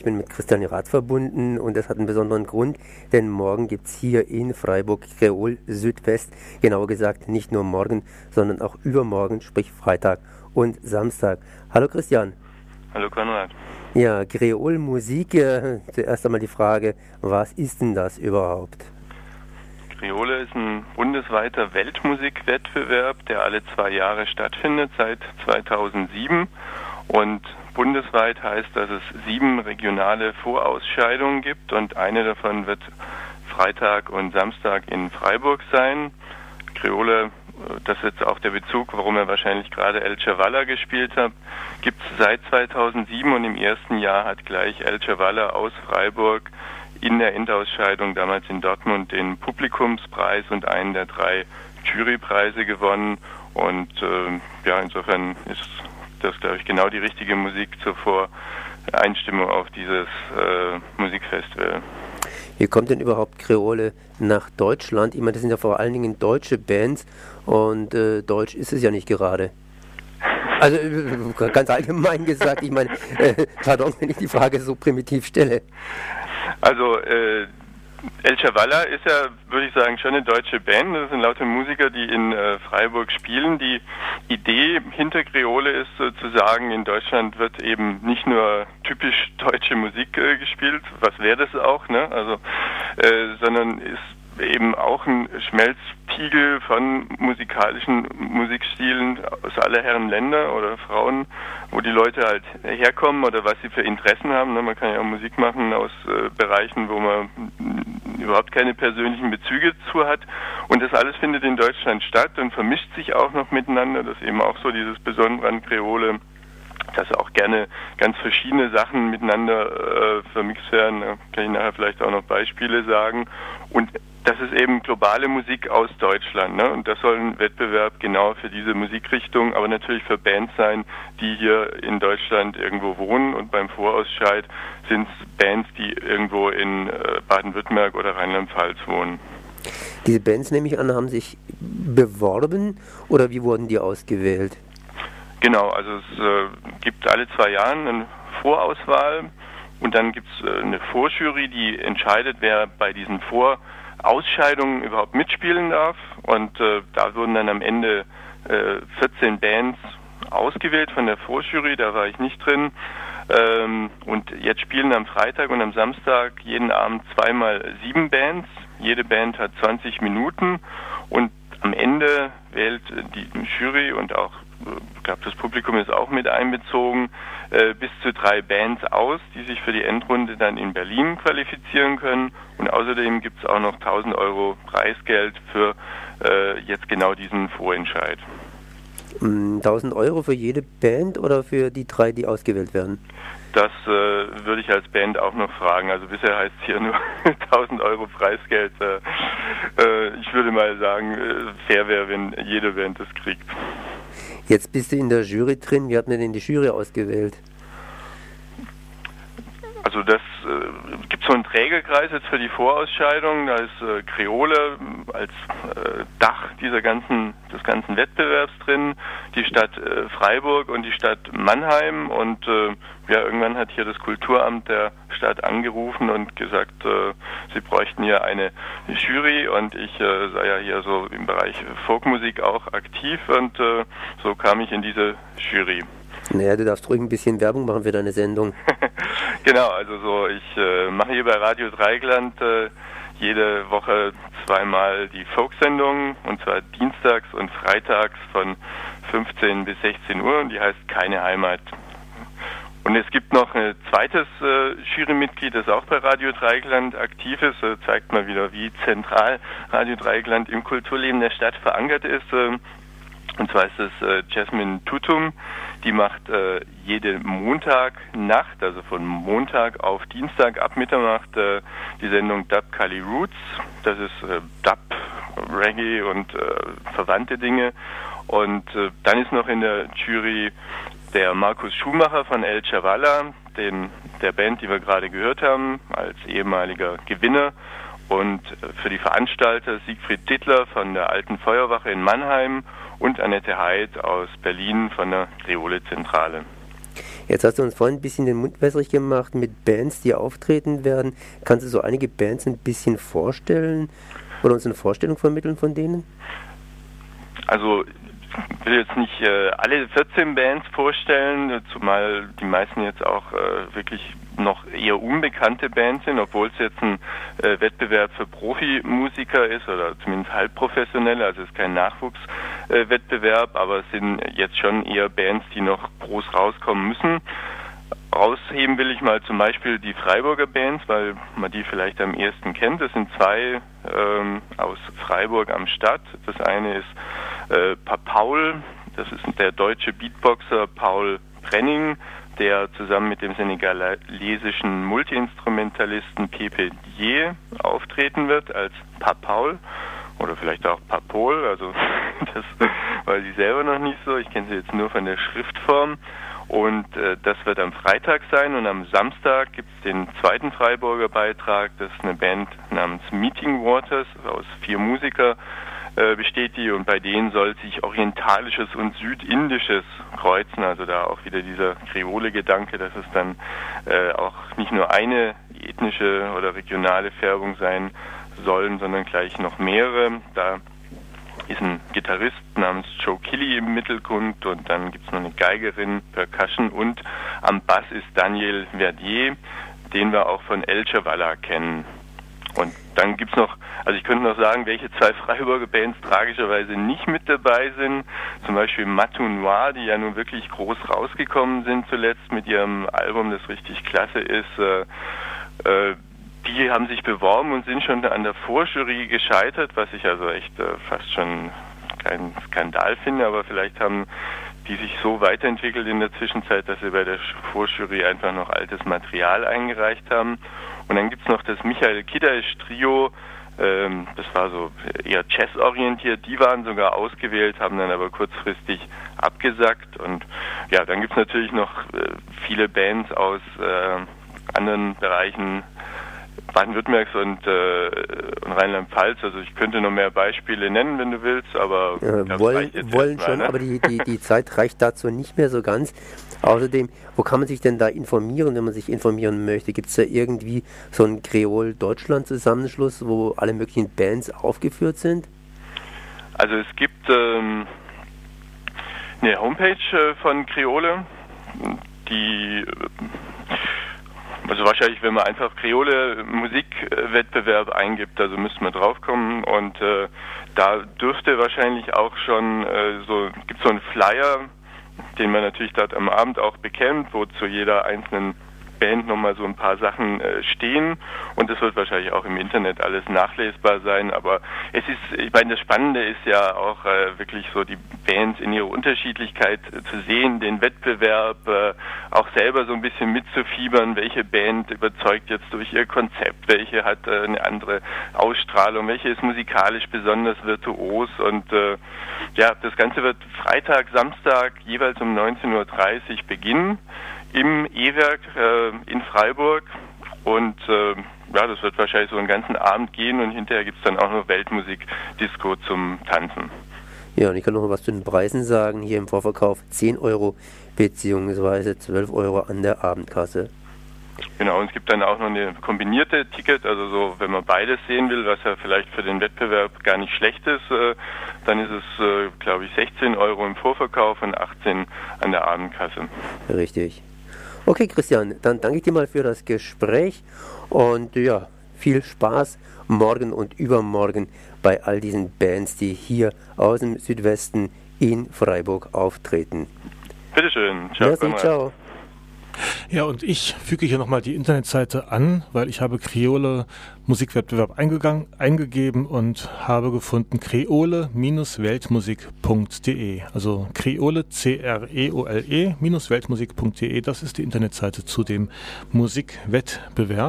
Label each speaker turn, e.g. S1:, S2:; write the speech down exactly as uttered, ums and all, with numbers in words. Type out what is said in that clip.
S1: bin mit Christian Rath verbunden und das hat einen besonderen Grund, denn morgen gibt es hier in Freiburg Kreol Südwest, genauer gesagt nicht nur morgen, sondern auch übermorgen, sprich Freitag und Samstag. Hallo Christian.
S2: Hallo Konrad.
S1: Ja, Kreol Musik, äh, zuerst einmal die Frage, was ist denn das überhaupt?
S2: Kreole ist ein bundesweiter Weltmusikwettbewerb, der alle zwei Jahre stattfindet, seit zweitausendsieben. Und bundesweit heißt, dass es sieben regionale Vorausscheidungen gibt und eine davon wird Freitag und Samstag in Freiburg sein. Kreole, das ist jetzt auch der Bezug, warum er wahrscheinlich gerade El Chavala gespielt hat, gibt es seit zweitausendsieben und im ersten Jahr hat gleich El Chavala aus Freiburg in der Endausscheidung damals in Dortmund den Publikumspreis und einen der drei Jurypreise gewonnen. Und äh, ja, insofern ist das, glaube ich, genau die richtige Musik zur Voreinstimmung auf dieses äh, Musikfestival.
S1: Wie kommt denn überhaupt Kreole nach Deutschland? Ich meine, das sind ja vor allen Dingen deutsche Bands und äh, deutsch ist es ja nicht gerade. Also äh, ganz allgemein gesagt, ich meine, äh, pardon, wenn ich die Frage so primitiv stelle.
S2: Also äh, El Chavala ist ja, würde ich sagen, schon eine deutsche Band. Das sind lauter Musiker, die in äh, Freiburg spielen. Die Idee hinter Kreole ist sozusagen, in Deutschland wird eben nicht nur typisch deutsche Musik äh, gespielt, was wäre das auch, ne? Also, äh, sondern ist eben auch ein Schmelztiegel von musikalischen Musikstilen aus aller Herren Länder oder Frauen, wo die Leute halt herkommen oder was sie für Interessen haben. Ne? Man kann ja auch Musik machen aus äh, Bereichen, wo man überhaupt keine persönlichen Bezüge zu hat. Und das alles findet in Deutschland statt und vermischt sich auch noch miteinander. Das ist eben auch so dieses Besondere an Kreole, dass auch gerne ganz verschiedene Sachen miteinander äh, vermixt werden. Da kann ich nachher vielleicht auch noch Beispiele sagen. Und das ist eben globale Musik aus Deutschland, ne? Und das soll ein Wettbewerb genau für diese Musikrichtung, aber natürlich für Bands sein, die hier in Deutschland irgendwo wohnen. Und beim Vorausscheid sind es Bands, die irgendwo in äh, Baden-Württemberg oder Rheinland-Pfalz wohnen.
S1: Diese Bands, nehme ich an, haben sich beworben oder wie wurden die ausgewählt?
S2: Genau, also es äh, gibt alle zwei Jahre eine Vorauswahl und dann gibt es äh, eine Vorjury, die entscheidet, wer bei diesen Vorausscheidungen überhaupt mitspielen darf. Und äh, da wurden dann am Ende äh, vierzehn Bands ausgewählt von der Vorjury, da war ich nicht drin. Ähm, und jetzt spielen am Freitag und am Samstag jeden Abend zweimal sieben Bands. Jede Band hat zwanzig Minuten und am Ende wählt die Jury und auch, ich glaube, das Publikum ist auch mit einbezogen, äh, bis zu drei Bands aus, die sich für die Endrunde dann in Berlin qualifizieren können. Und außerdem gibt es auch noch tausend Euro Preisgeld für äh, jetzt genau diesen Vorentscheid.
S1: tausend Euro für jede Band oder für die drei, die ausgewählt werden?
S2: Das äh, würde ich als Band auch noch fragen. Also bisher heißt es hier nur tausend Euro Preisgeld. Äh, äh, ich würde mal sagen, äh, fair wäre, wenn jede Band das kriegt.
S1: Jetzt bist du in der Jury drin. Wie hat man denn die Jury ausgewählt?
S2: Also das äh, gibt so einen Trägerkreis jetzt für die Vorausscheidung. Da ist äh, Kreole als äh, Dach dieser ganzen des ganzen Wettbewerbs drin, die Stadt äh, Freiburg und die Stadt Mannheim. Und äh, ja, irgendwann hat hier das Kulturamt der Stadt angerufen und gesagt, äh, sie bräuchten hier eine Jury. Und ich äh, sei ja hier so im Bereich Folkmusik auch aktiv und äh, so kam ich in diese Jury.
S1: Naja, du darfst ruhig ein bisschen Werbung machen für deine Sendung.
S2: Genau, also so, ich äh, mache hier bei Radio Dreieckland äh, jede Woche zweimal die Folksendung, und zwar dienstags und freitags von fünfzehn bis sechzehn Uhr, und die heißt Keine Heimat. Und es gibt noch ein zweites äh, Jurymitglied, das auch bei Radio Dreieckland aktiv ist, äh, zeigt mal wieder, wie zentral Radio Dreieckland im Kulturleben der Stadt verankert ist. Äh, Und zwar ist es äh, Jasmine Tutum, die macht äh, jede Montagnacht, also von Montag auf Dienstag ab Mitternacht, äh, die Sendung Dub Kali Roots. Das ist äh, Dub, Reggae und äh, verwandte Dinge. Und äh, dann ist noch in der Jury der Markus Schumacher von El Chavala, den, der Band, die wir gerade gehört haben, als ehemaliger Gewinner. Und für die Veranstalter Siegfried Dittler von der Alten Feuerwache in Mannheim und Annette Heid aus Berlin von der Kreole Zentrale.
S1: Jetzt hast du uns vorhin ein bisschen den Mund wässrig gemacht mit Bands, die auftreten werden. Kannst du so einige Bands ein bisschen vorstellen oder uns eine Vorstellung vermitteln von denen?
S2: Also ich will jetzt nicht äh, alle vierzehn Bands vorstellen, zumal die meisten jetzt auch äh, wirklich noch eher unbekannte Bands sind, obwohl es jetzt ein äh, Wettbewerb für Profimusiker ist oder zumindest halbprofessionelle, also es ist kein Nachwuchswettbewerb, äh, aber es sind jetzt schon eher Bands, die noch groß rauskommen müssen. Rausheben will ich mal zum Beispiel die Freiburger Bands, weil man die vielleicht am ehesten kennt. Das sind zwei ähm, aus Freiburg am Stadt. Das eine ist äh, Paul, das ist der deutsche Beatboxer Paul Brenning, der zusammen mit dem senegalesischen Multiinstrumentalisten Pepe Die auftreten wird als Paul oder vielleicht auch Papol, also das weiß ich selber noch nicht so. Ich kenne sie jetzt nur von der Schriftform. Und äh, das wird am Freitag sein und am Samstag gibt es den zweiten Freiburger Beitrag. Das ist eine Band namens Meeting Waters, aus vier Musiker äh, besteht die und bei denen soll sich Orientalisches und Südindisches kreuzen. Also da auch wieder dieser Kreole-Gedanke, dass es dann äh, auch nicht nur eine ethnische oder regionale Färbung sein sollen, sondern gleich noch mehrere. Da ist ein Gitarrist namens Joe Killy im Mittelgrund und dann gibt es noch eine Geigerin, Percussion und am Bass ist Daniel Verdier, den wir auch von El Chavala kennen. Und dann gibt es noch, also ich könnte noch sagen, welche zwei Freiburger Bands tragischerweise nicht mit dabei sind. Zum Beispiel Matou Noir, die ja nun wirklich groß rausgekommen sind zuletzt mit ihrem Album, das richtig klasse ist. Äh, äh, Die haben sich beworben und sind schon an der Vorjury gescheitert, was ich also echt äh, fast schon keinen Skandal finde, aber vielleicht haben die sich so weiterentwickelt in der Zwischenzeit, dass sie bei der Vorjury einfach noch altes Material eingereicht haben. Und dann gibt's noch das Michael Kidaisch Trio, ähm, das war so eher jazzorientiert, die waren sogar ausgewählt, haben dann aber kurzfristig abgesagt. Und ja, dann gibt's natürlich noch äh, viele Bands aus äh, anderen Bereichen, Baden-Württembergs und, äh, und Rheinland-Pfalz, also ich könnte noch mehr Beispiele nennen, wenn du willst, aber
S1: ja,
S2: glaub,
S1: wollen, wollen
S2: mal,
S1: schon,
S2: ne?
S1: aber die, die, die Zeit reicht dazu nicht mehr so ganz. Außerdem, wo kann man sich denn da informieren, wenn man sich informieren möchte? Gibt es da irgendwie so einen Kreol-Deutschland-Zusammenschluss, wo alle möglichen Bands aufgeführt sind?
S2: Also es gibt ähm, eine Homepage äh, von Kreole, die Also wahrscheinlich, wenn man einfach Kreole Musikwettbewerb eingibt, also müsste man draufkommen und äh, da dürfte wahrscheinlich auch schon äh, so, gibt so einen Flyer, den man natürlich dort am Abend auch bekennt, wo zu jeder einzelnen Band nochmal so ein paar Sachen äh, stehen und das wird wahrscheinlich auch im Internet alles nachlesbar sein, aber es ist, ich meine, das Spannende ist ja auch äh, wirklich so die Bands in ihrer Unterschiedlichkeit äh, zu sehen, den Wettbewerb äh, auch selber so ein bisschen mitzufiebern, welche Band überzeugt jetzt durch ihr Konzept, welche hat äh, eine andere Ausstrahlung, welche ist musikalisch besonders virtuos und äh, ja, das Ganze wird Freitag, Samstag jeweils um neunzehn Uhr dreißig beginnen im E-Werk äh, in Freiburg und äh, ja, das wird wahrscheinlich so einen ganzen Abend gehen und hinterher gibt es dann auch noch Weltmusik-Disco zum Tanzen.
S1: Ja, und ich kann noch was zu den Preisen sagen. Hier im Vorverkauf zehn Euro beziehungsweise zwölf Euro an der Abendkasse.
S2: Genau, und es gibt dann auch noch eine kombinierte Ticket, also so, wenn man beides sehen will, was ja vielleicht für den Wettbewerb gar nicht schlecht ist, äh, dann ist es, äh, glaube ich, sechzehn Euro im Vorverkauf und achtzehn an der Abendkasse.
S1: Richtig. Okay, Christian, dann danke ich dir mal für das Gespräch und ja, viel Spaß morgen und übermorgen bei all diesen Bands, die hier aus dem Südwesten in Freiburg auftreten.
S2: Bitteschön. Ciao.
S1: Merci, ciao.
S3: Ja, und ich füge hier nochmal die Internetseite an, weil ich habe Kreole Musikwettbewerb eingegangen, eingegeben und habe gefunden kreole Weltmusik punkt de. Also Kreole, C R E O L E, Weltmusik punkt de, das ist die Internetseite zu dem Musikwettbewerb.